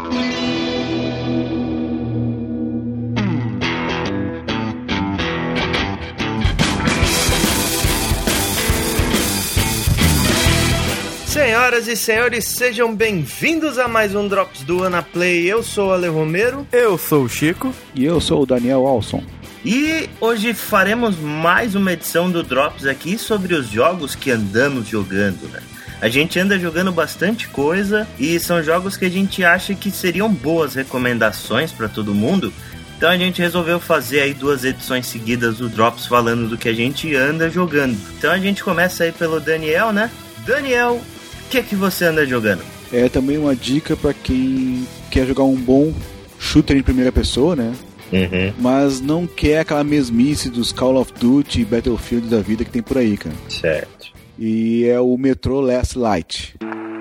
Senhoras e senhores, sejam bem-vindos a mais um Drops do Anaplay. Eu sou o Ale Romero. Eu sou o Chico. E eu sou o Daniel Alson. E hoje faremos mais uma edição do Drops aqui sobre os jogos que andamos jogando, né? A gente anda jogando bastante coisa e são jogos que a gente acha que seriam boas recomendações para todo mundo. Então a gente resolveu fazer aí 2 edições seguidas do Drops falando do que a gente anda jogando. Então a gente começa aí pelo Daniel, né? Daniel, o que você anda jogando? É também uma dica para quem quer jogar um bom shooter em primeira pessoa, né? Uhum. Mas não quer aquela mesmice dos Call of Duty e Battlefield da vida que tem por aí, cara. Certo. E é o Metro Last Light.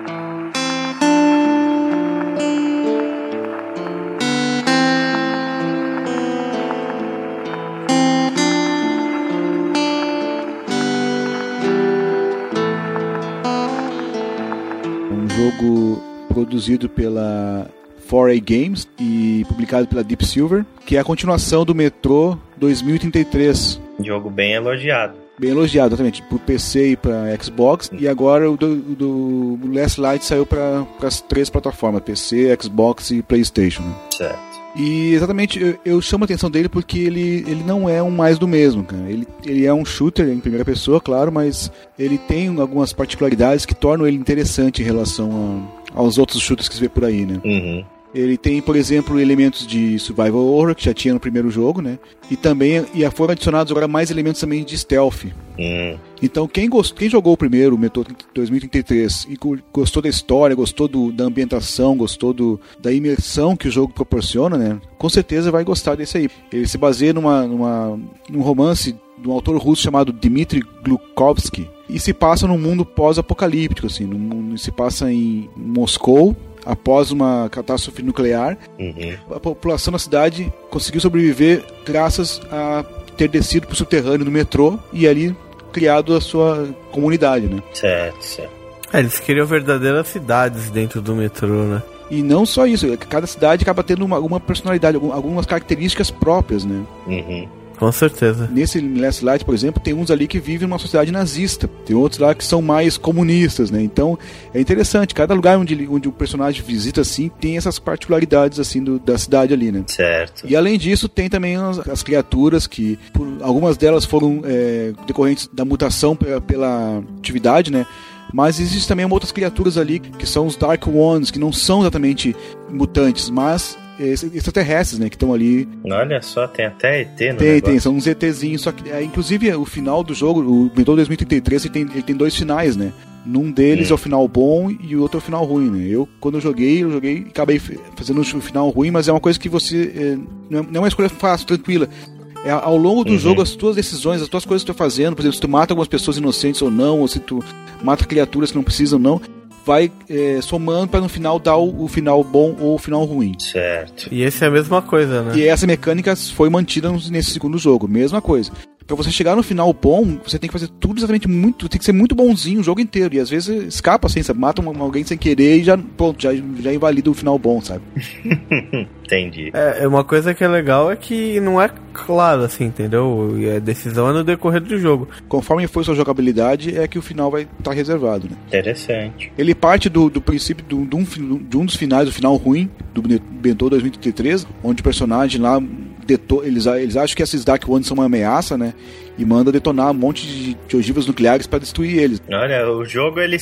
Jogo produzido pela 4A Games e publicado pela Deep Silver, que é a continuação do Metro 2033. Jogo bem elogiado. Bem elogiado, exatamente, por PC e para Xbox, e agora o do Last Light saiu para as 3 plataformas, PC, Xbox e PlayStation. Né? Certo. E exatamente, eu chamo a atenção dele porque ele não é um mais do mesmo, cara. Ele é um shooter em primeira pessoa, claro, mas ele tem algumas particularidades que tornam ele interessante em relação aos outros shooters que se vê por aí, né? Uhum. Ele tem, por exemplo, elementos de survival horror, que já tinha no primeiro jogo, né? E também foram adicionados agora mais elementos também de stealth. Então, quem jogou o primeiro, o Metro 2033, e gostou da história, gostou da ambientação, gostou da imersão que o jogo proporciona, né? Com certeza vai gostar desse aí. Ele se baseia num romance de um autor russo chamado Dmitry Glukhovsky, e se passa num mundo pós-apocalíptico, assim, se passa em Moscou, após uma catástrofe nuclear. A população da cidade conseguiu sobreviver graças a ter descido para o subterrâneo do metrô e ali criado a sua comunidade, né? Certo. Eles criam verdadeiras cidades dentro do metrô, né? E não só isso, cada cidade acaba tendo alguma personalidade, algumas características próprias, né? Com certeza. Nesse Last Light, por exemplo, tem uns ali que vivem numa sociedade nazista. Tem outros lá que são mais comunistas, né? Então, é interessante. Cada lugar onde o personagem visita, assim, tem essas particularidades, assim, da cidade ali, né? Certo. E, além disso, tem também as criaturas que, algumas delas foram decorrentes da mutação pela atividade, né? Mas existem também outras criaturas ali, que são os Dark Ones, que não são exatamente mutantes, mas extraterrestres, né, que estão ali. Olha só, tem até ET no negócio. Tem, são uns ETzinhos, só que inclusive o final do jogo, o Metro 2033, ele tem 2 finais, né? Num deles é o final bom e o outro é o final ruim, né? Quando eu joguei e acabei fazendo o final ruim, mas é uma coisa que você não é uma escolha fácil, tranquila. Ao longo do jogo, as tuas decisões, as tuas coisas que tu tá fazendo, por exemplo, se tu mata algumas pessoas inocentes ou não, ou se tu mata criaturas que não precisam ou não, vai somando para no final dar o final bom ou o final ruim. Certo. E essa é a mesma coisa, né? E essa mecânica foi mantida nesse segundo jogo, mesma coisa. Pra você chegar no final bom, você tem que fazer tudo exatamente tem que ser muito bonzinho o jogo inteiro. E às vezes escapa assim, sabe? Mata alguém sem querer e já invalida o final bom, sabe? Entendi. Uma coisa que é legal é que não é claro, assim, entendeu? E a decisão é no decorrer do jogo. Conforme for sua jogabilidade, é que o final vai estar reservado, né? Interessante. Ele parte do princípio de um dos finais, o final ruim do Metro 2033, onde o personagem lá eles acham que esses Dark Ones são uma ameaça, né? E manda detonar um monte de ogivas nucleares para destruir eles. Olha, o jogo ele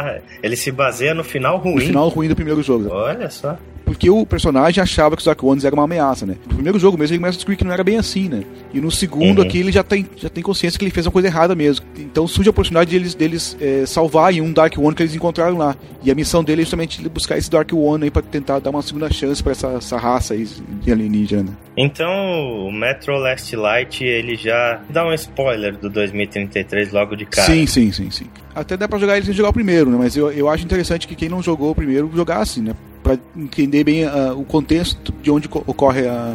se baseia no final ruim. No final ruim do primeiro jogo. Olha só. Porque o personagem achava que os Dark Ones eram uma ameaça, né? No primeiro jogo mesmo ele começa a descobrir que não era bem assim, né? E no segundo aqui ele já tem consciência que ele fez uma coisa errada mesmo. Então surge a oportunidade deles salvarem um Dark One que eles encontraram lá. E a missão dele é justamente buscar esse Dark One aí pra tentar dar uma segunda chance pra essa raça aí de alienígena, né? Então o Metro Last Light ele já dá um spoiler do 2033 logo de cara. Sim. Até dá pra jogar ele sem jogar o primeiro, né? Mas eu acho interessante que quem não jogou o primeiro jogasse, né? Pra entender bem o contexto de onde ocorre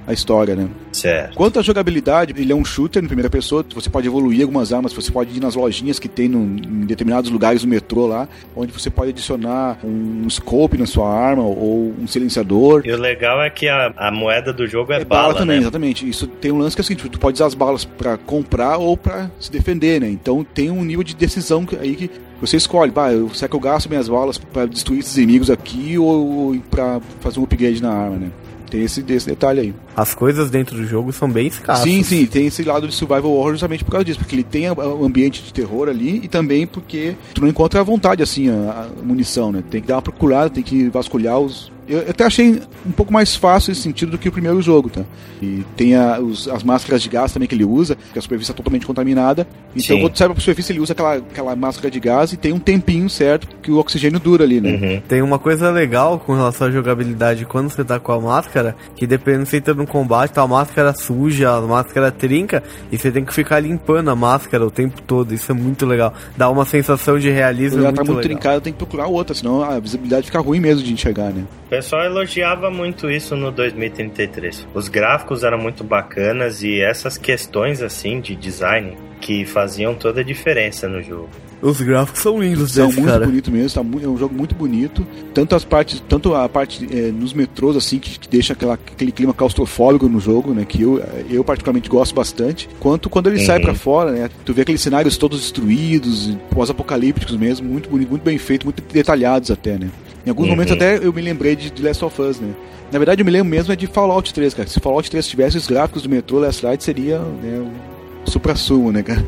a história, né? Certo. Quanto à jogabilidade, ele é um shooter em primeira pessoa, você pode evoluir algumas armas, você pode ir nas lojinhas que tem em determinados lugares do metrô lá, onde você pode adicionar um scope na sua arma ou um silenciador. E o legal é que a moeda do jogo é bala também, né? Exatamente. Isso tem um lance que é o seguinte, tu pode usar as balas pra comprar ou pra se defender, né? Então tem um nível de decisão aí que você escolhe, será que eu gasto minhas balas pra destruir esses inimigos aqui ou pra fazer um upgrade na arma, né? Tem esse detalhe aí. As coisas dentro do jogo são bem escassas. Sim, tem esse lado de survival horror justamente por causa disso, porque ele tem o ambiente de terror ali e também porque tu não encontra à vontade assim a munição, né? Tem que dar uma procurada, tem que vasculhar Eu até achei um pouco mais fácil esse sentido do que o primeiro jogo, tá? E tem as máscaras de gás também que ele usa, que a superfície é totalmente contaminada. Então, quando sai pra superfície, ele usa aquela máscara de gás e tem um tempinho certo que o oxigênio dura ali, né? Uhum. Tem uma coisa legal com relação à jogabilidade quando você tá com a máscara, que dependendo se você entra no combate, tá a máscara suja, a máscara trinca, e você tem que ficar limpando a máscara o tempo todo. Isso é muito legal. Dá uma sensação de realismo muito legal. Ela tá muito trincada, tem que procurar outra, senão a visibilidade fica ruim mesmo de enxergar, né? O pessoal elogiava muito isso no 2033. Os gráficos eram muito bacanas e essas questões assim de design que faziam toda a diferença no jogo. Os gráficos são lindos, são muito bonitos mesmo, é um jogo muito bonito. Tanto a parte nos metrôs assim que deixa aquele clima claustrofóbico no jogo, né, que eu particularmente gosto bastante, quanto quando ele sai pra fora, né, tu vê aqueles cenários todos destruídos, pós-apocalípticos mesmo, muito bonito, muito bem feito, muito detalhados até, né. Em alguns momentos até eu me lembrei de Last of Us, né. Na verdade eu me lembro mesmo de Fallout 3, cara. Se Fallout 3 tivesse os gráficos do metrô Last Light, seria, né, supra-sumo, né, cara?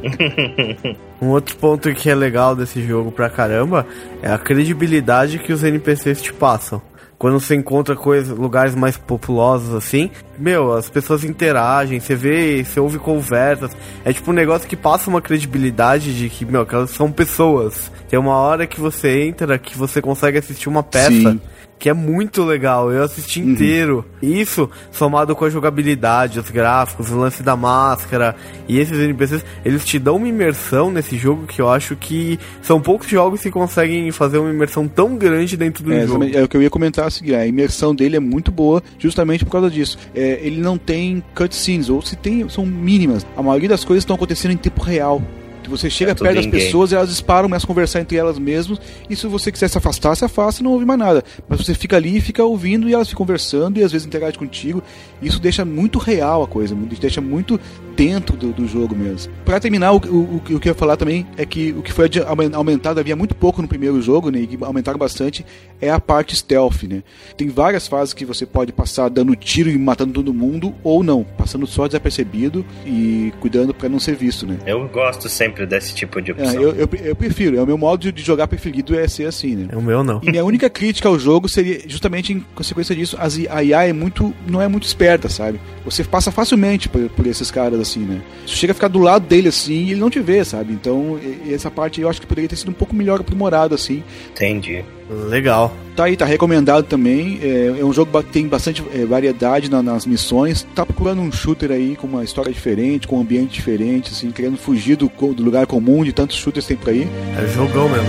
Um outro ponto que é legal desse jogo pra caramba é a credibilidade que os NPCs te passam. Quando você encontra lugares mais populosos assim, as pessoas interagem, você ouve conversas. É tipo um negócio que passa uma credibilidade de que, que elas são pessoas. Tem uma hora que você entra que você consegue assistir uma peça. Sim. Que é muito legal, eu assisti inteiro. Isso, somado com a jogabilidade, os gráficos, o lance da máscara e esses NPCs, eles te dão uma imersão nesse jogo que eu acho que são poucos jogos que conseguem fazer uma imersão tão grande dentro do jogo. É o que eu ia comentar, assim, a imersão dele é muito boa justamente por causa disso. Ele não tem cutscenes, ou se tem, são mínimas. A maioria das coisas estão acontecendo em tempo real. Você chega perto das pessoas e elas disparam, começam a conversar entre elas mesmas, e se você quiser se afasta e não ouve mais nada. Mas você fica ali e fica ouvindo e elas ficam conversando e às vezes interagem contigo. Isso deixa muito real a coisa, deixa muito dentro do jogo mesmo. Pra terminar, o que eu ia falar também é que o que foi aumentado, havia muito pouco no primeiro jogo, né, e que aumentaram bastante, é a parte stealth, né. Tem várias fases que você pode passar dando tiro e matando todo mundo, ou não, passando só desapercebido e cuidando pra não ser visto, né. Eu gosto sempre desse tipo de opção. Eu prefiro, o meu modo de jogar preferido é ser assim, né. O meu não. E minha única crítica ao jogo seria justamente em consequência disso, a IA não é muito esperta, sabe. Você passa facilmente por esses caras assim, né. Você chega a ficar do lado dele assim e ele não te vê, sabe. Então essa parte eu acho que poderia ter sido um pouco melhor aprimorado assim. Entendi. Legal. Tá aí, tá recomendado também. É um jogo que tem bastante variedade nas missões. Tá procurando um shooter aí com uma história diferente, com um ambiente diferente, assim, querendo fugir do lugar comum de tantos shooters que tem por aí. É jogão mesmo.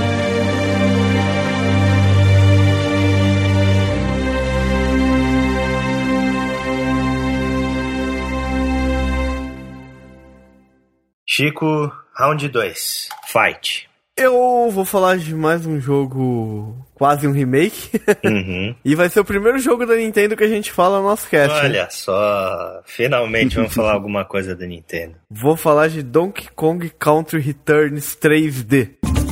Chico, round 2. Fight. Eu vou falar de mais um jogo, quase um remake. E vai ser o primeiro jogo da Nintendo que a gente fala no nosso cast. Olha só, finalmente vamos falar alguma coisa da Nintendo. Vou falar de Donkey Kong Country Returns 3D.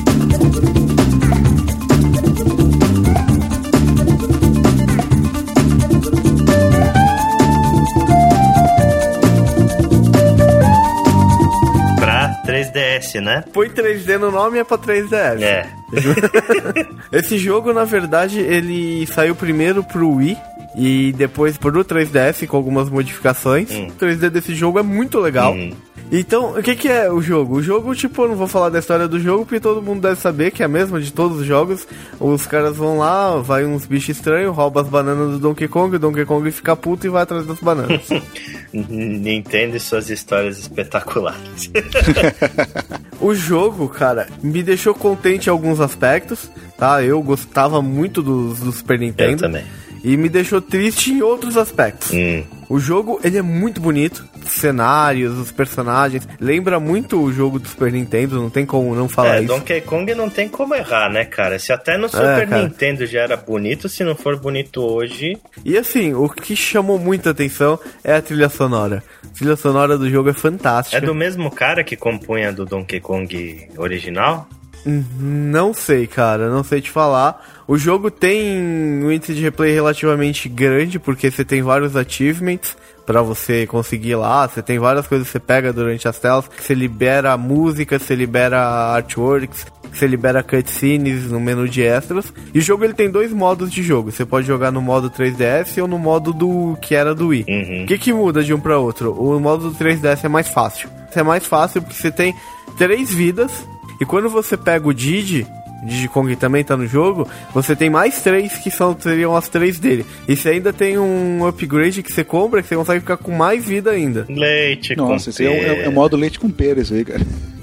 Pra 3DS, né? Põe 3D no nome e é pra 3DS. É. Esse jogo, na verdade, ele saiu primeiro pro Wii e depois pro 3DS com algumas modificações. O 3D desse jogo é muito legal. Então, o que é o jogo? O jogo, tipo, eu não vou falar da história do jogo, porque todo mundo deve saber que é a mesma de todos os jogos. Os caras vão lá, vai uns bichos estranhos, roubam as bananas do Donkey Kong, o Donkey Kong fica puto e vai atrás das bananas. Nintendo e suas histórias espetaculares. O jogo, cara, me deixou contente em alguns aspectos, tá? Eu gostava muito do Super Nintendo. Eu também. E me deixou triste em outros aspectos. O jogo, ele é muito bonito, os cenários, os personagens, lembra muito o jogo do Super Nintendo, não tem como não falar isso. Donkey Kong não tem como errar, né, cara? Se até no Super Nintendo já era bonito, se não for bonito hoje... E assim, o que chamou muita atenção é a trilha sonora. A trilha sonora do jogo é fantástica. É do mesmo cara que compunha do Donkey Kong original? Não sei, cara, não sei te falar. O jogo tem um índice de replay relativamente grande, porque você tem vários achievements pra você conseguir lá, você tem várias coisas que você pega durante as telas, que você libera música, você libera artworks, você libera cutscenes no menu de extras. E o jogo ele tem 2 modos de jogo, você pode jogar no modo 3DS ou no modo que era do Wii. O que muda de um pra outro? O modo do 3DS é mais fácil. É mais fácil porque você tem 3 vidas, e quando você pega o Diddy Kong também tá no jogo, você tem mais 3 que seriam as 3 dele. E você ainda tem um upgrade que você compra, que você consegue ficar com mais vida ainda. Leite com Nossa, esse é o modo leite com pera, isso aí, cara.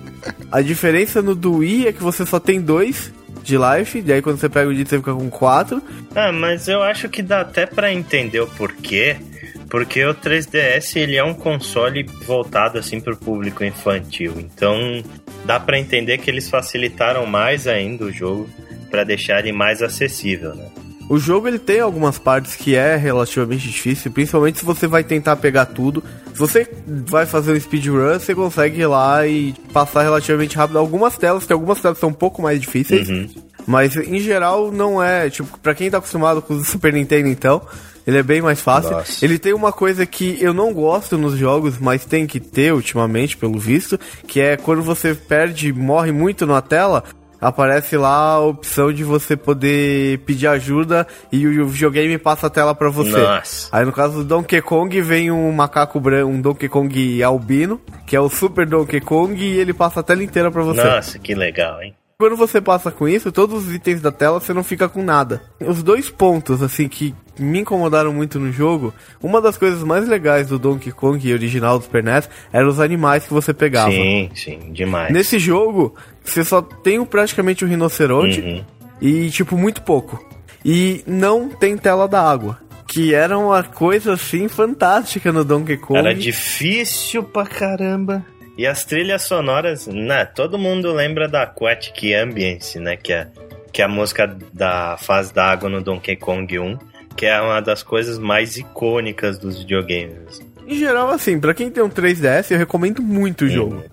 A diferença no do Wii é que você só tem 2 de life, e aí quando você pega o Diddy você fica com 4. Mas eu acho que dá até pra entender o porquê. Porque o 3DS, ele é um console voltado, assim, pro público infantil. Então, dá pra entender que eles facilitaram mais ainda o jogo pra deixar ele mais acessível, né? O jogo, ele tem algumas partes que é relativamente difícil, principalmente se você vai tentar pegar tudo. Se você vai fazer um speedrun, você consegue ir lá e passar relativamente rápido algumas telas, que algumas telas são um pouco mais difíceis. Mas, em geral, não é... Tipo, pra quem tá acostumado com o Super Nintendo, então... Ele é bem mais fácil. Nossa. Ele tem uma coisa que eu não gosto nos jogos, mas tem que ter ultimamente, pelo visto, que é quando você morre muito na tela, aparece lá a opção de você poder pedir ajuda e o videogame passa a tela pra você. Nossa. Aí no caso do Donkey Kong vem um macaco branco, um Donkey Kong albino, que é o Super Donkey Kong, e ele passa a tela inteira pra você. Nossa, que legal, hein? Quando você passa com isso, todos os itens da tela você não fica com nada. Os 2 pontos, assim, que me incomodaram muito no jogo, uma das coisas mais legais do Donkey Kong original do Super NES eram os animais que você pegava. Sim, demais. Nesse jogo, você só tem praticamente um rinoceronte e, tipo, muito pouco. E não tem tela da água. Que era uma coisa, assim, fantástica no Donkey Kong. Era difícil pra caramba. E as trilhas sonoras, né? Todo mundo lembra da Aquatic Ambience, né? Que é a música da fase da água no Donkey Kong 1, que é uma das coisas mais icônicas dos videogames. Em geral, assim, pra quem tem um 3DS, eu recomendo muito o jogo.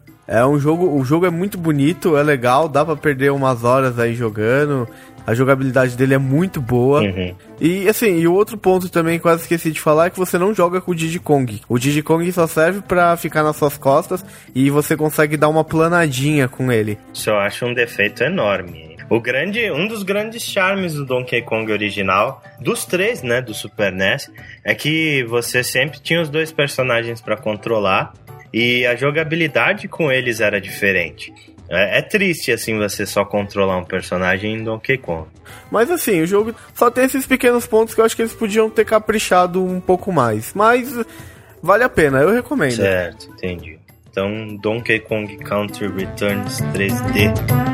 O jogo é muito bonito, é legal, dá pra perder umas horas aí jogando. A jogabilidade dele é muito boa. E assim, e o outro ponto também, quase esqueci de falar, é que você não joga com o Diddy Kong. O Diddy Kong só serve pra ficar nas suas costas e você consegue dar uma planadinha com ele. Isso eu acho um defeito enorme. Um dos grandes charmes do Donkey Kong original, dos 3, né, do Super NES, é que você sempre tinha os 2 personagens pra controlar e a jogabilidade com eles era diferente. É triste, assim, você só controlar um personagem em Donkey Kong. Mas, assim, o jogo só tem esses pequenos pontos que eu acho que eles podiam ter caprichado um pouco mais. Mas vale a pena, eu recomendo. Certo, entendi. Então, Donkey Kong Country Returns 3D.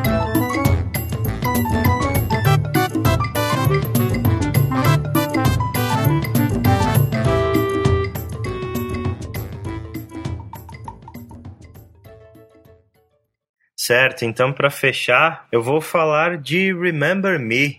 Certo, então para fechar, eu vou falar de Remember Me.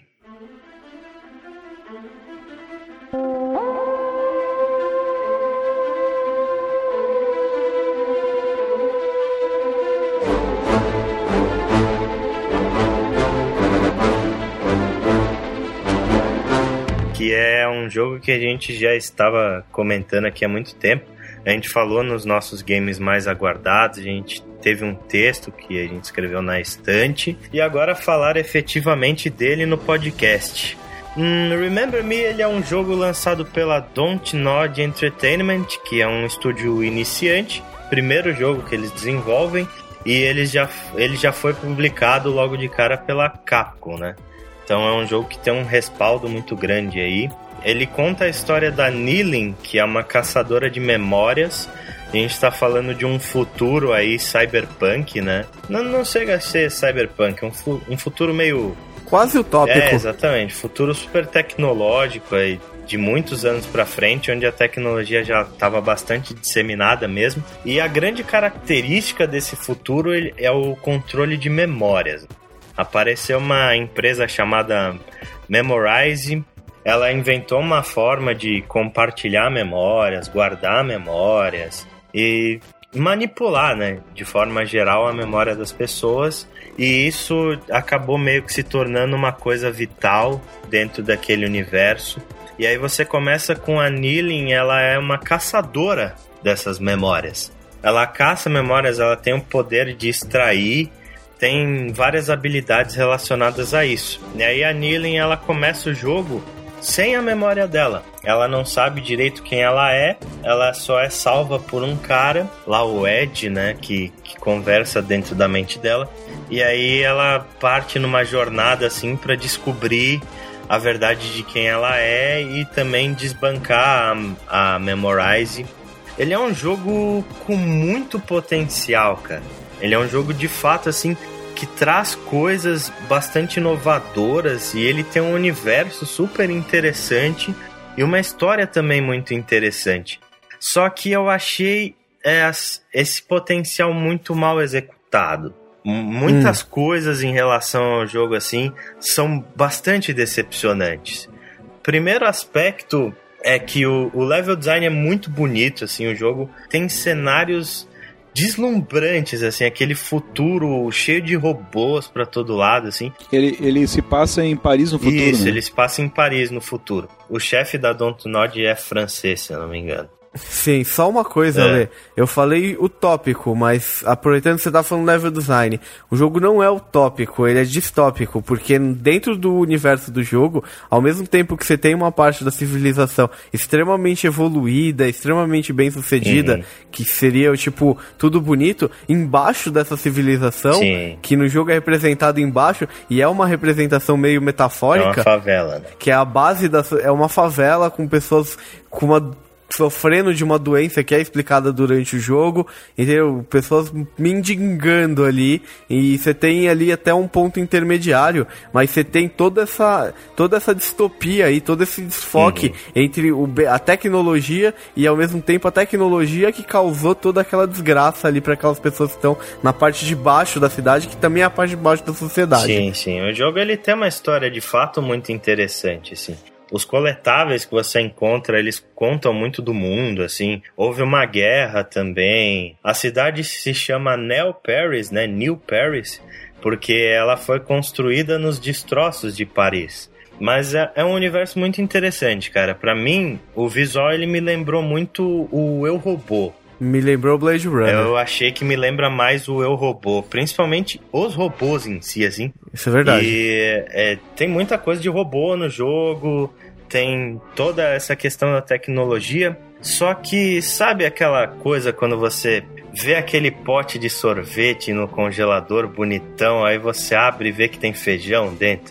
Que é um jogo que a gente já estava comentando aqui há muito tempo. A gente falou nos nossos games mais aguardados, a gente teve um texto que a gente escreveu na estante, e agora falar efetivamente dele no podcast. Remember Me, ele é um jogo lançado pela Dontnod Entertainment, que é um estúdio iniciante, primeiro jogo que eles desenvolvem, e ele já foi publicado logo de cara pela Capcom, né? Então é um jogo que tem um respaldo muito grande aí. Ele conta a história da Nilin, que é uma caçadora de memórias. A gente tá falando de um futuro aí cyberpunk, né? Não chega a ser cyberpunk, um futuro meio... Quase utópico. É, exatamente. Futuro super tecnológico aí. de muitos anos pra frente, onde a tecnologia já estava bastante disseminada mesmo. E a grande característica desse futuro é o controle de memórias. Apareceu uma empresa chamada Memorize. Ela inventou uma forma de compartilhar memórias, guardar memórias e manipular, né, de forma geral a memória das pessoas, e isso acabou meio que se tornando uma coisa vital dentro daquele universo. E aí você começa com a Nilin, ela é uma caçadora dessas memórias. Ela caça memórias, ela tem o poder de extrair, tem várias habilidades relacionadas a isso. E aí a Nilin, ela começa o jogo sem a memória dela. Ela não sabe direito quem ela só é salva por um cara, lá o Ed, né, que conversa dentro da mente dela. E aí ela parte numa jornada assim pra descobrir a verdade de quem ela é e também desbancar a Memorize. Ele é um jogo com muito potencial, cara. Ele é um jogo de fato assim que traz coisas bastante inovadoras, e ele tem um universo super interessante e uma história também muito interessante. Só que eu achei esse potencial muito mal executado. Muitas coisas em relação ao jogo assim são bastante decepcionantes. Primeiro aspecto é que o level design é muito bonito, assim, o jogo tem cenários deslumbrantes, assim, aquele futuro cheio de robôs pra todo lado, assim. Ele se passa em Paris no futuro, Isso, né? ele se passa em Paris no futuro. O chefe da Dontnod é francês, se eu não me engano. Sim, só uma coisa, Lê. Eu falei utópico, mas aproveitando que você tá falando level design, o jogo não é utópico, ele é distópico, porque dentro do universo do jogo, ao mesmo tempo que você tem uma parte da civilização extremamente evoluída, extremamente bem sucedida, que seria, tipo, tudo bonito, embaixo dessa civilização, que no jogo é representado embaixo, e é uma representação meio metafórica. É uma favela, né? Que é a base é uma favela com pessoas com sofrendo de uma doença que é explicada durante o jogo, entendeu? Pessoas mendigando ali, e você tem ali até um ponto intermediário, mas você tem toda essa distopia aí, todo esse desfoque entre a tecnologia e ao mesmo tempo a tecnologia que causou toda aquela desgraça ali para aquelas pessoas que estão na parte de baixo da cidade, que também é a parte de baixo da sociedade. Sim, sim. O jogo ele tem uma história de fato muito interessante, assim. Os coletáveis que você encontra, eles contam muito do mundo, assim. Houve uma guerra também. A cidade se chama New Paris, né? New Paris, porque ela foi construída nos destroços de Paris. Mas é um universo muito interessante, cara. Pra mim, o visual, ele me lembrou muito o Eu, Robô. Me lembrou Blade Runner. Eu achei que me lembra mais o Eu, Robô, principalmente os robôs em si, assim. Isso é verdade. E tem muita coisa de robô no jogo, tem toda essa questão da tecnologia, só que sabe aquela coisa quando você vê aquele pote de sorvete no congelador bonitão, aí você abre e vê que tem feijão dentro?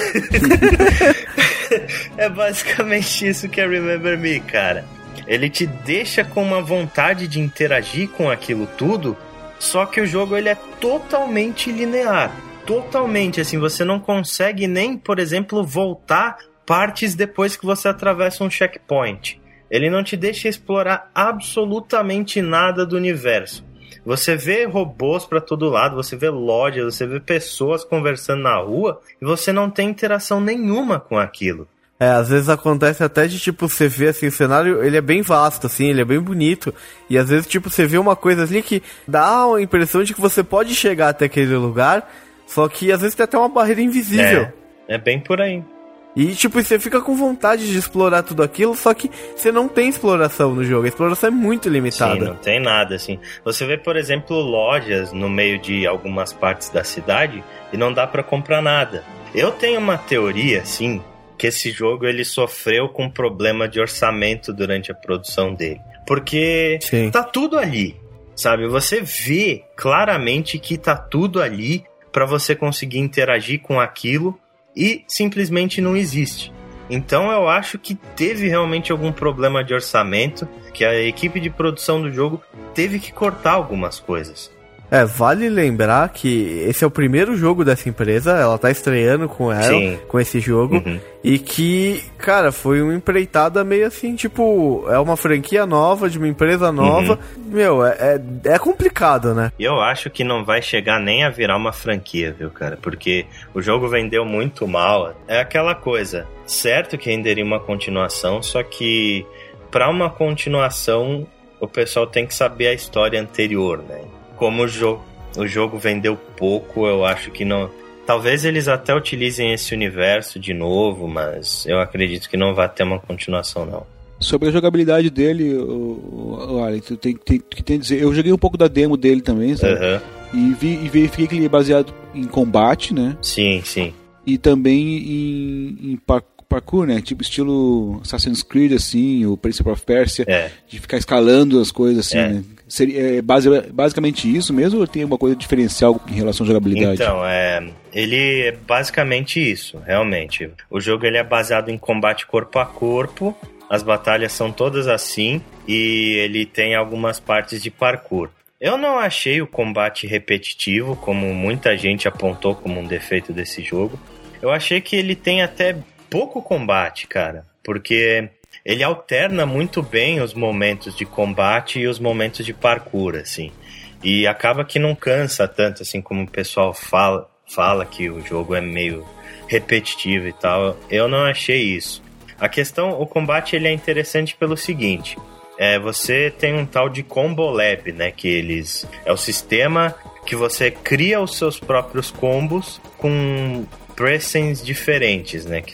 É basicamente isso que é Remember Me, cara. Ele te deixa com uma vontade de interagir com aquilo tudo, só que o jogo ele é totalmente linear. Totalmente, assim, você não consegue nem, por exemplo, voltar partes depois que você atravessa um checkpoint. Ele não te deixa explorar absolutamente nada do universo. Você vê robôs pra todo lado, você vê lojas, você vê pessoas conversando na rua, e você não tem interação nenhuma com aquilo. Às vezes acontece até de, tipo, você vê, assim, o cenário, ele é bem vasto, assim, ele é bem bonito, e às vezes, tipo, você vê uma coisa ali que dá a impressão de que você pode chegar até aquele lugar, só que às vezes tem até uma barreira invisível. É bem por aí. E, tipo, você fica com vontade de explorar tudo aquilo, só que você não tem exploração no jogo, a exploração é muito limitada. Sim, não tem nada, assim. Você vê, por exemplo, lojas no meio de algumas partes da cidade e não dá pra comprar nada. Eu tenho uma teoria, assim, que esse jogo ele sofreu com problema de orçamento durante a produção dele. Porque tá tudo ali, sabe? Você vê claramente que tá tudo ali pra você conseguir interagir com aquilo e simplesmente não existe. Então eu acho que teve realmente algum problema de orçamento, que a equipe de produção do jogo teve que cortar algumas coisas. Vale lembrar que esse é o primeiro jogo dessa empresa, ela tá estreando com com esse jogo, e que, cara, foi uma empreitada meio assim, tipo, é uma franquia nova, de uma empresa nova, meu, é complicado, né? E eu acho que não vai chegar nem a virar uma franquia, viu, cara, porque o jogo vendeu muito mal, é aquela coisa, certo que renderia uma continuação, só que pra uma continuação, o pessoal tem que saber a história anterior, né? Como o jogo vendeu pouco, eu acho que não... Talvez eles até utilizem esse universo de novo, mas eu acredito que não vai ter uma continuação, não. Sobre a jogabilidade dele, Alex, eu tenho que dizer... Eu joguei um pouco da demo dele também, sabe? E verifiquei que ele é baseado em combate, né? Sim, sim. E também em parkour, né? Tipo estilo Assassin's Creed, assim, o Prince of Persia, de ficar escalando as coisas, assim, né? Seria basicamente isso mesmo, ou tem alguma coisa diferencial em relação à jogabilidade? Então, ele é basicamente isso, realmente. O jogo ele é baseado em combate corpo a corpo, as batalhas são todas assim, e ele tem algumas partes de parkour. Eu não achei o combate repetitivo, como muita gente apontou como um defeito desse jogo. Eu achei que ele tem até pouco combate, cara, porque ele alterna muito bem os momentos de combate e os momentos de parkour, assim. E acaba que não cansa tanto, assim, como o pessoal fala que o jogo é meio repetitivo e tal. Eu não achei isso. A questão, o combate ele é interessante pelo seguinte... você tem um tal de Combo Lab, né? É o sistema que você cria os seus próprios combos com pressings diferentes, né? Que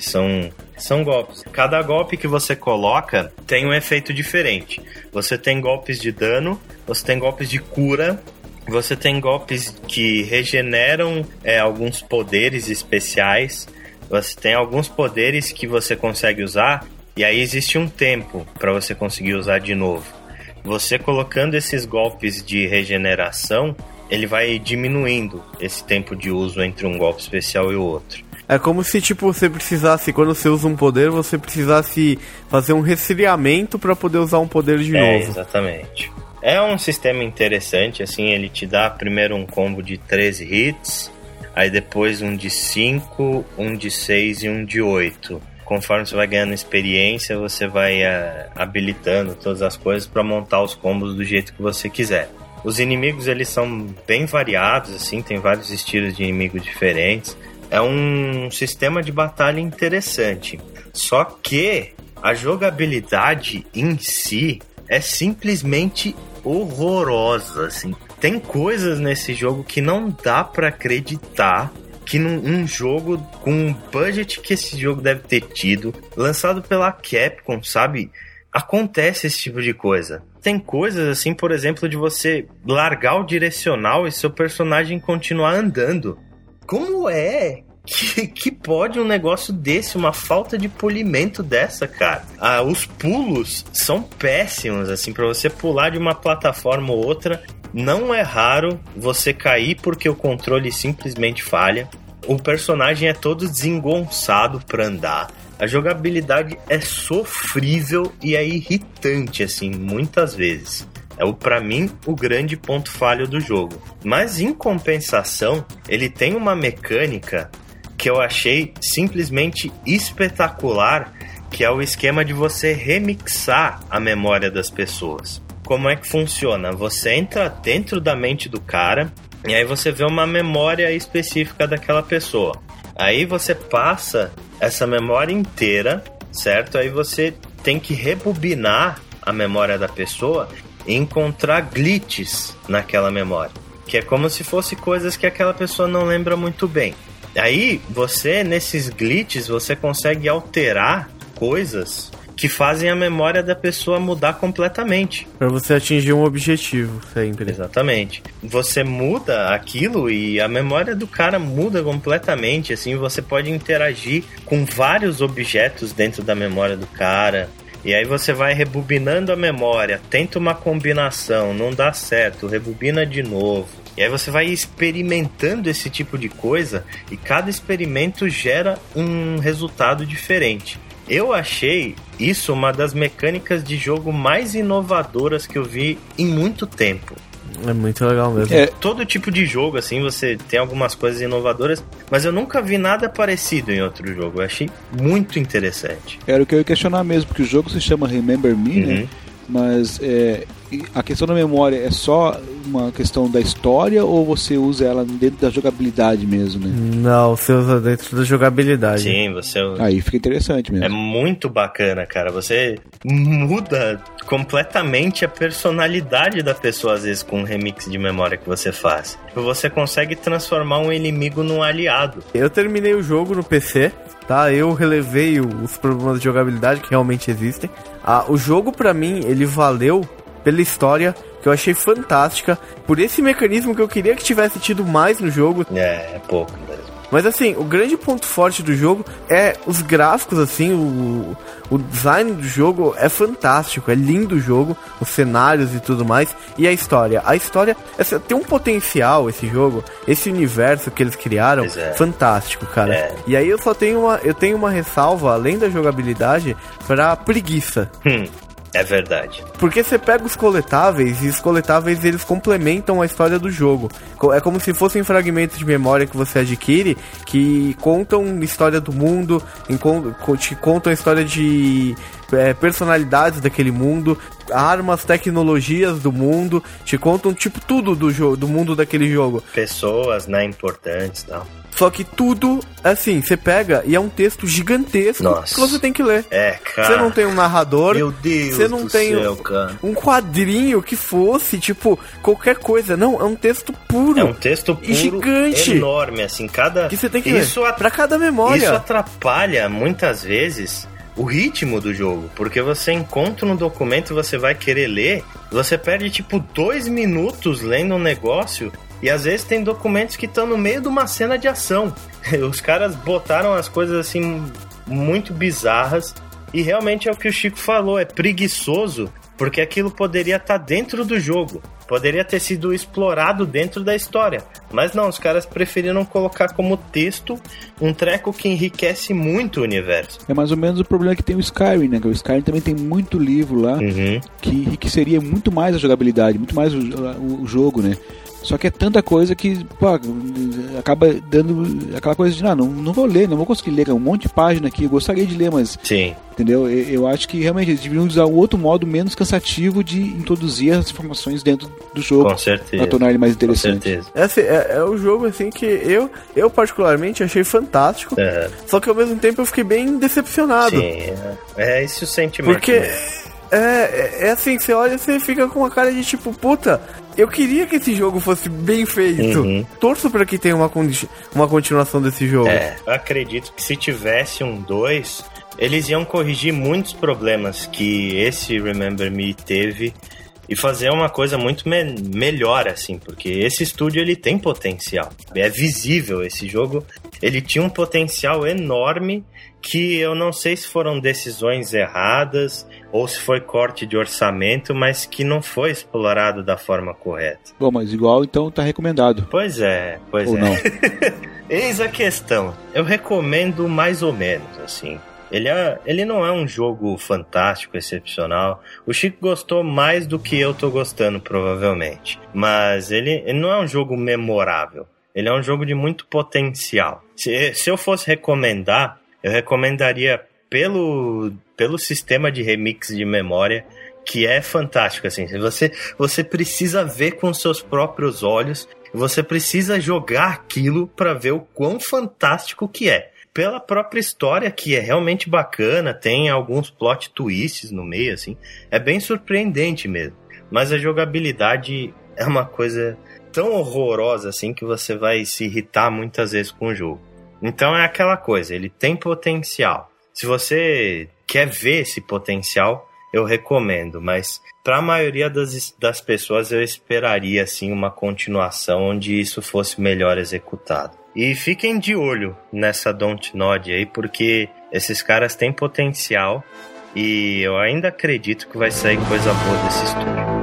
são golpes. Cada golpe que você coloca tem um efeito diferente. Você tem golpes de dano, você tem golpes de cura, você tem golpes que regeneram alguns poderes especiais, você tem alguns poderes que você consegue usar e aí existe um tempo para você conseguir usar de novo. Você colocando esses golpes de regeneração, ele vai diminuindo esse tempo de uso entre um golpe especial e o outro. É como se, tipo, você precisasse, quando você usa um poder, você precisasse fazer um resfriamento para poder usar um poder de novo. Exatamente. É um sistema interessante, assim, ele te dá primeiro um combo de 13 hits, aí depois um de 5, um de 6 e um de 8. Conforme você vai ganhando experiência, você vai habilitando todas as coisas para montar os combos do jeito que você quiser. Os inimigos, eles são bem variados, assim, tem vários estilos de inimigos diferentes. É um sistema de batalha interessante. Só que a jogabilidade em si é simplesmente horrorosa, assim. Tem coisas nesse jogo que não dá para acreditar que num jogo com o budget que esse jogo deve ter tido, lançado pela Capcom, sabe? Acontece esse tipo de coisa. Tem coisas assim, por exemplo, de você largar o direcional e seu personagem continuar andando. Como é que pode um negócio desse, uma falta de polimento dessa, cara? Os pulos são péssimos, assim, pra você pular de uma plataforma ou outra. Não é raro você cair porque o controle simplesmente falha. O personagem é todo desengonçado pra andar. A jogabilidade é sofrível e é irritante, assim, muitas vezes. Pra mim, o grande ponto falho do jogo. Mas, em compensação, ele tem uma mecânica que eu achei simplesmente espetacular, que é o esquema de você remixar a memória das pessoas. Como é que funciona? Você entra dentro da mente do cara e aí você vê uma memória específica daquela pessoa. Aí você passa essa memória inteira, certo? Aí você tem que rebobinar a memória da pessoa e encontrar glitches naquela memória, que é como se fosse coisas que aquela pessoa não lembra muito bem. Aí você, nesses glitches, você consegue alterar coisas que fazem a memória da pessoa mudar completamente. Pra você atingir um objetivo, sempre. Exatamente. Você muda aquilo e a memória do cara muda completamente, assim, você pode interagir com vários objetos dentro da memória do cara. E aí você vai rebobinando a memória, tenta uma combinação, não dá certo, rebobina de novo. E aí você vai experimentando esse tipo de coisa e cada experimento gera um resultado diferente. Eu achei isso uma das mecânicas de jogo mais inovadoras que eu vi em muito tempo. É muito legal mesmo. Todo tipo de jogo, assim, você tem algumas coisas inovadoras, mas eu nunca vi nada parecido em outro jogo. Eu achei muito interessante. Era o que eu ia questionar mesmo, porque o jogo se chama Remember Me, né? Mas a questão da memória é só uma questão da história ou você usa ela dentro da jogabilidade mesmo, né? Não, você usa dentro da jogabilidade. Sim, você usa. Aí fica interessante mesmo. É muito bacana, cara. Você muda completamente a personalidade da pessoa, às vezes, com um remix de memória que você faz. Você consegue transformar um inimigo num aliado. Eu terminei o jogo no PC, tá? Eu relevei os problemas de jogabilidade que realmente existem. O jogo, pra mim, ele valeu pela história, que eu achei fantástica, por esse mecanismo que eu queria que tivesse tido mais no jogo. É pouco mesmo. Mas assim, o grande ponto forte do jogo é os gráficos, assim, o design do jogo é fantástico, é lindo o jogo, os cenários e tudo mais, e a história. A história tem um potencial, esse jogo, esse universo que eles criaram, fantástico, cara. E aí eu tenho uma ressalva, além da jogabilidade, pra preguiça. É verdade. Porque você pega os coletáveis, e os coletáveis eles complementam a história do jogo. É como se fossem fragmentos de memória que você adquire, que contam a história do mundo, te contam a história de personalidades daquele mundo, armas, tecnologias do mundo, te contam tipo tudo do mundo daquele jogo. Pessoas, né, importantes e tal. Só que tudo, assim, você pega e é um texto gigantesco. Nossa. Que você tem que ler. Cara. Você não tem um narrador. Meu Deus você não tem cara. Um quadrinho que fosse, tipo, qualquer coisa. Não, é um texto puro. É um texto puro, gigante, enorme, assim, que você tem que ler pra cada memória. Isso atrapalha, muitas vezes, o ritmo do jogo, porque você encontra um documento e você vai querer ler, você perde, tipo, 2 minutos lendo um negócio. E às vezes tem documentos que estão no meio de uma cena de ação. Os caras botaram as coisas assim muito bizarras. E realmente é o que o Chico falou, é preguiçoso, porque aquilo poderia estar dentro do jogo. Poderia ter sido explorado dentro da história. Mas não, os caras preferiram colocar como texto um treco que enriquece muito o universo. É mais ou menos o problema que tem o Skyrim, né? O Skyrim também tem muito livro lá que enriqueceria muito mais a jogabilidade, muito mais o jogo, né? Só que é tanta coisa que, pô, acaba dando aquela coisa de, não vou ler, não vou conseguir ler, é um monte de página aqui, eu gostaria de ler, mas... Sim. Entendeu? Eu acho que realmente eles deveriam usar um outro modo menos cansativo de introduzir as informações dentro do jogo. Com certeza. Pra tornar ele mais interessante. Com certeza. É o jogo, assim, que eu particularmente achei fantástico, só que ao mesmo tempo eu fiquei bem decepcionado. Sim, é esse o sentimento. Porque... É assim, você olha e você fica com uma cara de tipo, puta, eu queria que esse jogo fosse bem feito. Torço pra que tenha uma continuação desse jogo. Eu acredito que se tivesse um 2, eles iam corrigir muitos problemas que esse Remember Me teve e fazer uma coisa muito melhor, assim, porque esse estúdio, ele tem potencial. É visível, esse jogo, ele tinha um potencial enorme que eu não sei se foram decisões erradas ou se foi corte de orçamento, mas que não foi explorado da forma correta. Bom, mas igual, então tá recomendado. Pois é. Ou não? Eis a questão. Eu recomendo mais ou menos, assim. Ele não é um jogo fantástico, excepcional. O Chico gostou mais do que eu tô gostando, provavelmente. Mas ele não é um jogo memorável. Ele é um jogo de muito potencial. Se eu fosse recomendar, eu recomendaria pelo sistema de remix de memória, que é fantástico, assim. Você precisa ver com seus próprios olhos, você precisa jogar aquilo para ver o quão fantástico que é. Pela própria história, que é realmente bacana, tem alguns plot twists no meio, assim. É bem surpreendente mesmo. Mas a jogabilidade é uma coisa tão horrorosa, assim, que você vai se irritar muitas vezes com o jogo. Então é aquela coisa, ele tem potencial. Se você quer ver esse potencial, eu recomendo. Mas para a maioria das pessoas, eu esperaria, assim, uma continuação onde isso fosse melhor executado. E fiquem de olho nessa Dontnod aí, porque esses caras têm potencial e eu ainda acredito que vai sair coisa boa desse estúdio.